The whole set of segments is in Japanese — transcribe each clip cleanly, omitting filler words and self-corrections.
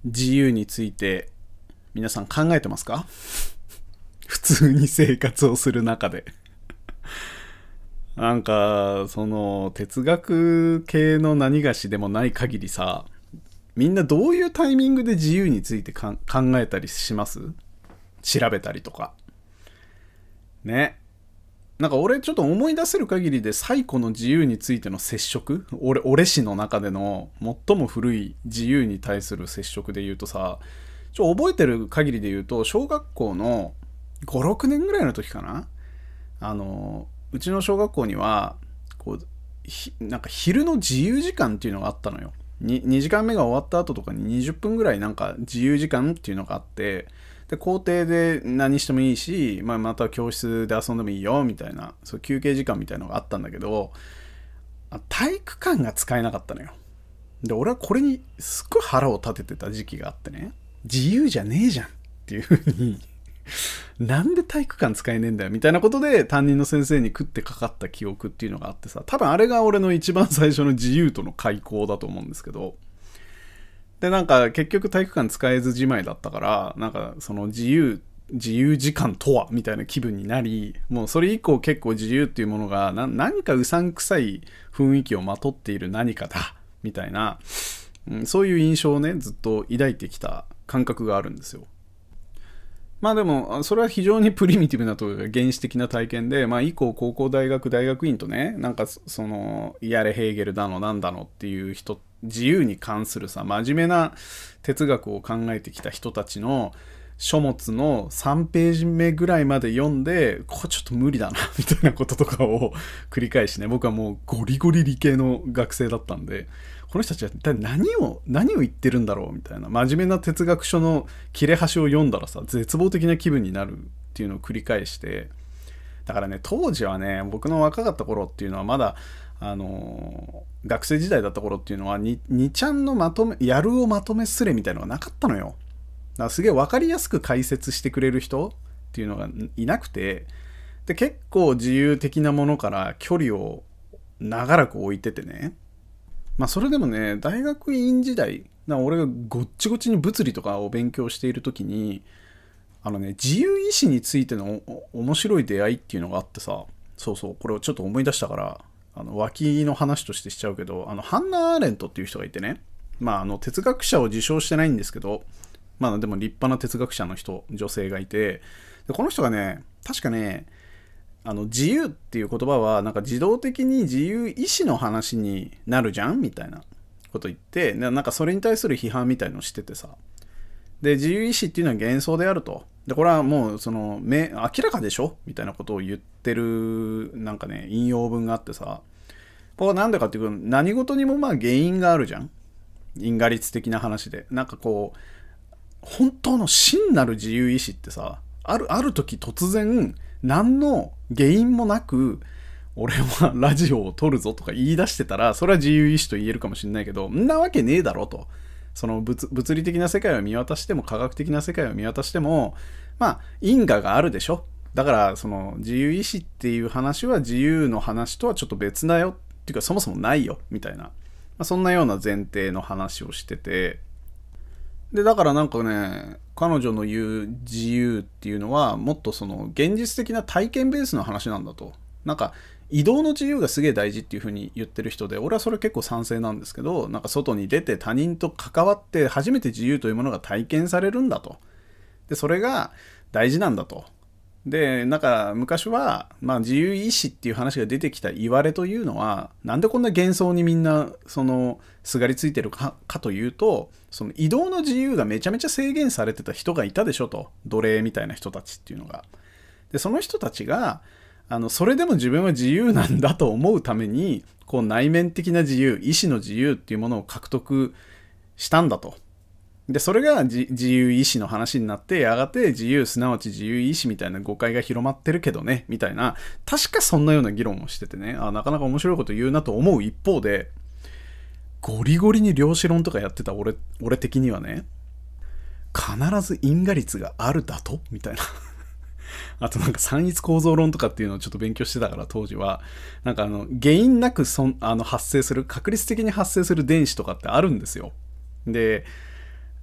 自由について皆さん考えてますか？普通に生活をする中でなんかその哲学系の何がしでもない限りさ、みんなどういうタイミングで自由について考えたりします？調べたりとかね。なんか俺ちょっと思い出せる限りで最古の自由についての接触、俺史の中での最も古い自由に対する接触で言うとさ、覚えてる限りで言うと小学校の5、6年ぐらいの時かな。うちの小学校にはこうなんか昼の自由時間っていうのがあったのよ。2時間目が終わった後とかに20分ぐらいなんか自由時間っていうのがあって、で校庭で何してもいいし、また教室で遊んでもいいよみたいな、そう休憩時間みたいなのがあったんだけど、体育館が使えなかったのよ。で俺はこれにすっごい腹を立ててた時期があってね、自由じゃねえじゃんっていう風になんで体育館使えねえんだよみたいなことで担任の先生に食ってかかった記憶っていうのがあってさ、多分あれが俺の一番最初の自由との開口だと思うんですけど、でなんか結局体育館使えずじまいだったから、なんかその自由時間とはみたいな気分になり、もうそれ以降結構自由っていうものがなんかうさんくさい雰囲気をまとっている何かだみたいな、そういう印象をねずっと抱いてきた感覚があるんですよ。まあでもそれは非常にプリミティブなというか原始的な体験で、以降高校大学院とね、なんかそのやれヘーゲルだのなんだのっていう人、自由に関するさ真面目な哲学を考えてきた人たちの書物の3ページ目ぐらいまで読んで、これちょっと無理だなみたいなこととかを繰り返しね、僕はもうゴリゴリ理系の学生だったんで、この人たちは一体何を言ってるんだろうみたいな、真面目な哲学書の切れ端を読んだらさ絶望的な気分になるっていうのを繰り返して、だからね当時はね、僕の若かった頃っていうのはまだ学生時代だった頃っていうのは 2ちゃんのやるをまとめすれみたいなのがなかったのよ。だからすげえ分かりやすく解説してくれる人っていうのがいなくて、で結構自由的なものから距離を長らく置いててね。それでもね、大学院時代、俺がごっちごちに物理とかを勉強している時に、自由意志についての面白い出会いっていうのがあってさ、これをちょっと思い出したから、脇の話としてしちゃうけど、ハンナ・アーレントっていう人がいてね、哲学者を自称してないんですけど、でも立派な哲学者の女性がいて、でこの人がね、確かね、自由っていう言葉はなんか自動的に自由意志の話になるじゃんみたいなこと言って、なんかそれに対する批判みたいのをしててさ、で自由意志っていうのは幻想であると、でこれはもう明らかでしょみたいなことを言ってるなんかね引用文があってさ、これはなんでかっていうと、何事にも原因があるじゃん、因果律的な話で。なんかこう本当の真なる自由意志ってさ、ある時突然何の原因もなく俺はラジオを撮るぞとか言い出してたら、それは自由意志と言えるかもしれないけど、んなわけねえだろと。その物理的な世界を見渡しても科学的な世界を見渡しても因果があるでしょ。だからその自由意志っていう話は自由の話とはちょっと別だよっていうか、そもそもないよみたいな、そんなような前提の話をしてて、でだからなんかね、彼女の言う自由っていうのはもっとその現実的な体験ベースの話なんだと。なんか移動の自由がすげえ大事っていう風に言ってる人で、俺はそれ結構賛成なんですけど、なんか外に出て他人と関わって初めて自由というものが体験されるんだと。でそれが大事なんだと。でなんか昔は、自由意志っていう話が出てきた言われというのは、なんでこんな幻想にみんなすがりついてるかというと、その移動の自由がめちゃめちゃ制限されてた人がいたでしょと、奴隷みたいな人たちっていうのが。でその人たちがそれでも自分は自由なんだと思うために、こう内面的な自由、意志の自由っていうものを獲得したんだと。でそれが自由意志の話になって、やがて自由すなわち自由意志みたいな誤解が広まってるけどねみたいな、確かそんなような議論をしててね、なかなか面白いこと言うなと思う一方で、ゴリゴリに量子論とかやってた俺的にはね、必ず因果律があるだとみたいなあとなんか散逸構造論とかっていうのをちょっと勉強してたから、当時はなんか原因なく発生する、確率的に発生する電子とかってあるんですよ。で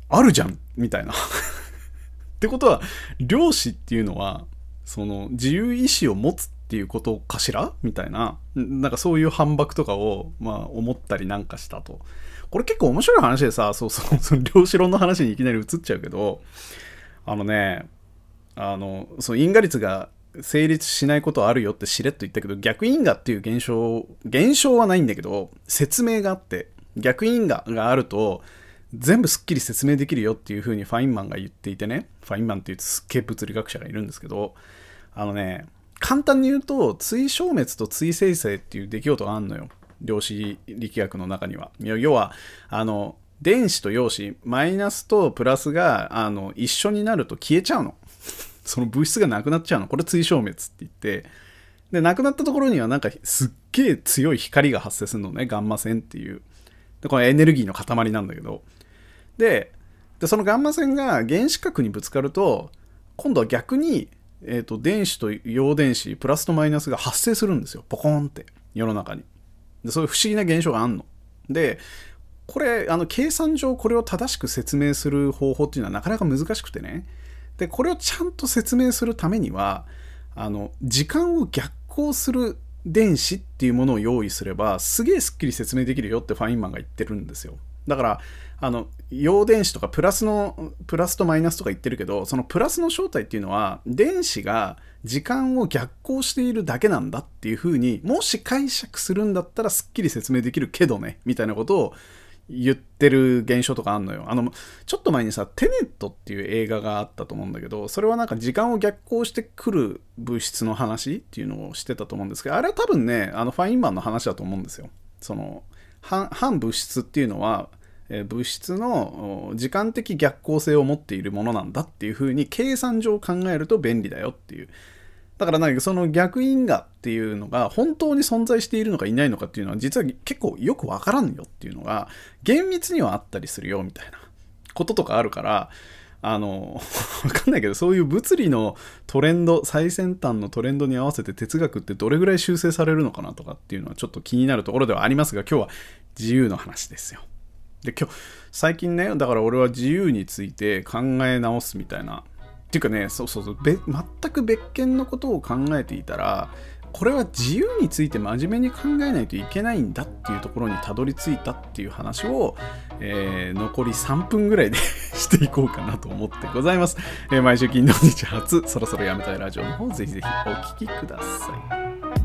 あるじゃんみたいなってことは量子っていうのはその自由意志を持つっていうことかしらみたいな、なんかそういう反駁とかを思ったりなんかしたと。これ結構面白い話でさ、その量子論の話にいきなり移っちゃうけど、その因果律が成立しないことはあるよってしれっと言ったけど、逆因果っていう現象はないんだけど、説明があって、逆因果があると全部すっきり説明できるよっていう風にファインマンが言っていてね、ファインマンっていうすっげえ物理学者がいるんですけど、簡単に言うと対消滅と対生成っていう出来事があるのよ、量子力学の中には。要は電子と陽子、マイナスとプラスが一緒になると消えちゃうのその物質がなくなっちゃうの。これ対消滅って言って、でなくなったところにはなんかすっげえ強い光が発生するのね、ガンマ線っていう。でこれエネルギーの塊なんだけど、でそのガンマ線が原子核にぶつかると今度は逆に、電子と陽電子プラスとマイナスが発生するんですよ、ポコーンって世の中に。でそういう不思議な現象があんので、これ計算上これを正しく説明する方法っていうのはなかなか難しくてね。でこれをちゃんと説明するためには時間を逆行する電子っていうものを用意すればすげえすっきり説明できるよってファインマンが言ってるんですよ。だから陽電子とかプラスとマイナスとか言ってるけど、そのプラスの正体っていうのは電子が時間を逆行しているだけなんだっていう風にもし解釈するんだったらすっきり説明できるけどねみたいなことを言ってる現象とかあんのよ。ちょっと前にさテネットっていう映画があったと思うんだけど、それはなんか時間を逆行してくる物質の話っていうのをしてたと思うんですけど、あれは多分ねファインマンの話だと思うんですよ。その反物質っていうのは物質の時間的逆行性を持っているものなんだっていう風に計算上考えると便利だよっていう。だからなんかその逆因果っていうのが本当に存在しているのかいないのかっていうのは実は結構よくわからんよっていうのが厳密にはあったりするよみたいなこととかあるから、わかんないけどそういう物理のトレンド、最先端のトレンドに合わせて哲学ってどれぐらい修正されるのかなとかっていうのはちょっと気になるところではありますが、今日は自由の話ですよ。で今日最近ね、だから俺は自由について考え直すみたいなっていうかね、全く別件のことを考えていたら、これは自由について真面目に考えないといけないんだっていうところにたどり着いたっていう話を、残り3分ぐらいでしていこうかなと思ってございます。毎週金土日初そろそろやめたいラジオの方ぜひぜひお聞きください。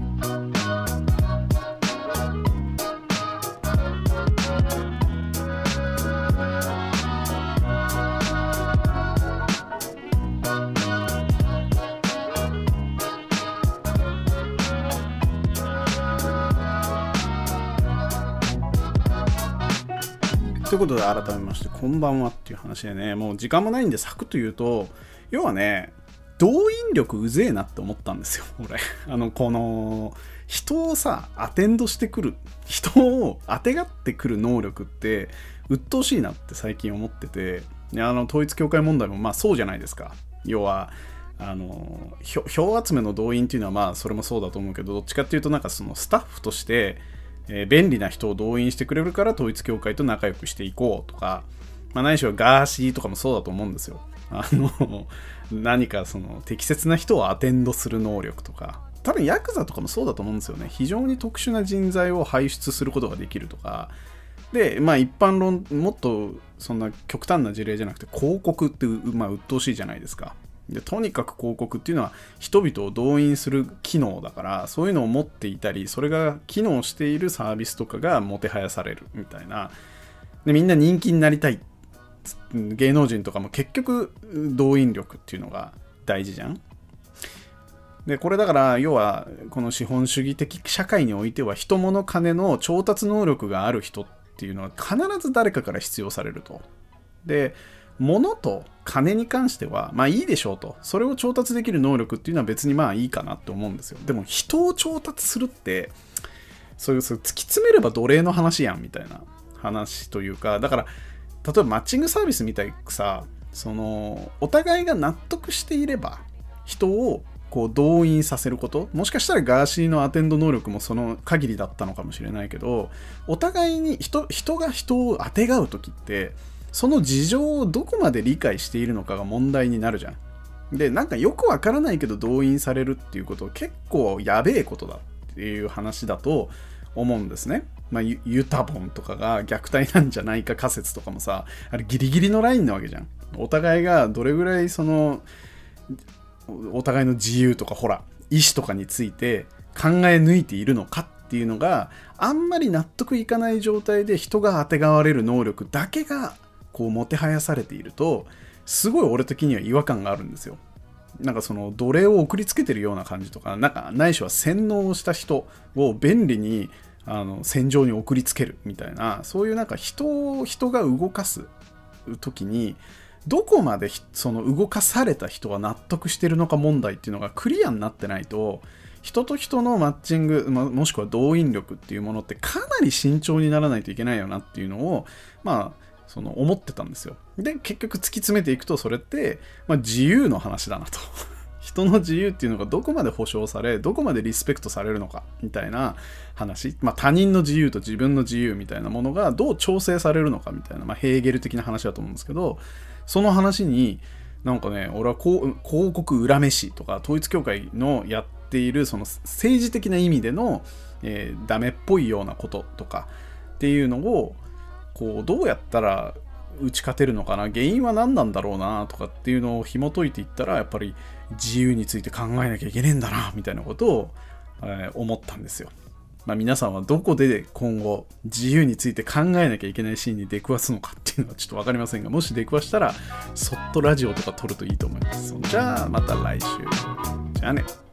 ということで改めましてこんばんはっていう話でね、もう時間もないんでサクッと言うと、要はね動員力うぜえなって思ったんですよ俺。この人をさアテンドしてくる、人をあてがってくる能力って鬱陶しいなって最近思ってて、統一教会問題もそうじゃないですか。要は票集めの動員っていうのはそれもそうだと思うけど、どっちかっていうとなんかそのスタッフとして便利な人を動員してくれるから統一教会と仲良くしていこうとか、ないしはガーシーとかもそうだと思うんですよ。何かその適切な人をアテンドする能力とか、多分ヤクザとかもそうだと思うんですよね。非常に特殊な人材を輩出することができるとかで、一般論もっとそんな極端な事例じゃなくて広告って鬱陶しいじゃないですか。でとにかく広告っていうのは人々を動員する機能だから、そういうのを持っていたりそれが機能しているサービスとかがもてはやされるみたいな。でみんな人気になりたい、芸能人とかも結局動員力っていうのが大事じゃん。でこれだから要はこの資本主義的社会においては人物金の調達能力がある人っていうのは必ず誰かから必要されると。で物と金に関してはいいでしょうと、それを調達できる能力っていうのは別にいいかなって思うんですよ。でも人を調達するってそう突き詰めれば奴隷の話やんみたいな話というか、だから例えばマッチングサービスみたいにさ、お互いが納得していれば人をこう動員させること、もしかしたらガーシーのアテンド能力もその限りだったのかもしれないけど、お互いに人が人をあてがう時ってその事情をどこまで理解しているのかが問題になるじゃん。で、なんかよくわからないけど動員されるっていうことは結構やべえことだっていう話だと思うんですね。ユタボンとかが虐待なんじゃないか仮説とかもさ、あれギリギリのラインなわけじゃん。お互いがどれぐらいお互いの自由とかほら意思とかについて考え抜いているのかっていうのがあんまり納得いかない状態で人があてがわれる能力だけがこうもてはやされていると、すごい俺的には違和感があるんですよ。なんか奴隷を送りつけてるような感じとか、なんかないしは洗脳した人を便利に戦場に送りつけるみたいな、そういうなんか人が動かす時にどこまで動かされた人が納得してるのか問題っていうのがクリアになってないと、人と人のマッチング、もしくは動員力っていうものってかなり慎重にならないといけないよなっていうのを思ってたんですよ。で結局突き詰めていくと、それって、自由の話だなと人の自由っていうのがどこまで保障され、どこまでリスペクトされるのかみたいな話、他人の自由と自分の自由みたいなものがどう調整されるのかみたいな、ヘーゲル的な話だと思うんですけど、その話になんかね、俺は広告裏飯とか統一教会のやっている政治的な意味での、ダメっぽいようなこととかっていうのをこうどうやったら打ち勝てるのかな、原因は何なんだろうなとかっていうのを紐解いていったら、やっぱり自由について考えなきゃいけねえんだなみたいなことを、思ったんですよ。皆さんはどこで今後自由について考えなきゃいけないシーンに出くわすのかっていうのはちょっと分かりませんが、もし出くわしたらそっとラジオとか撮るといいと思います。じゃあまた来週。じゃあね。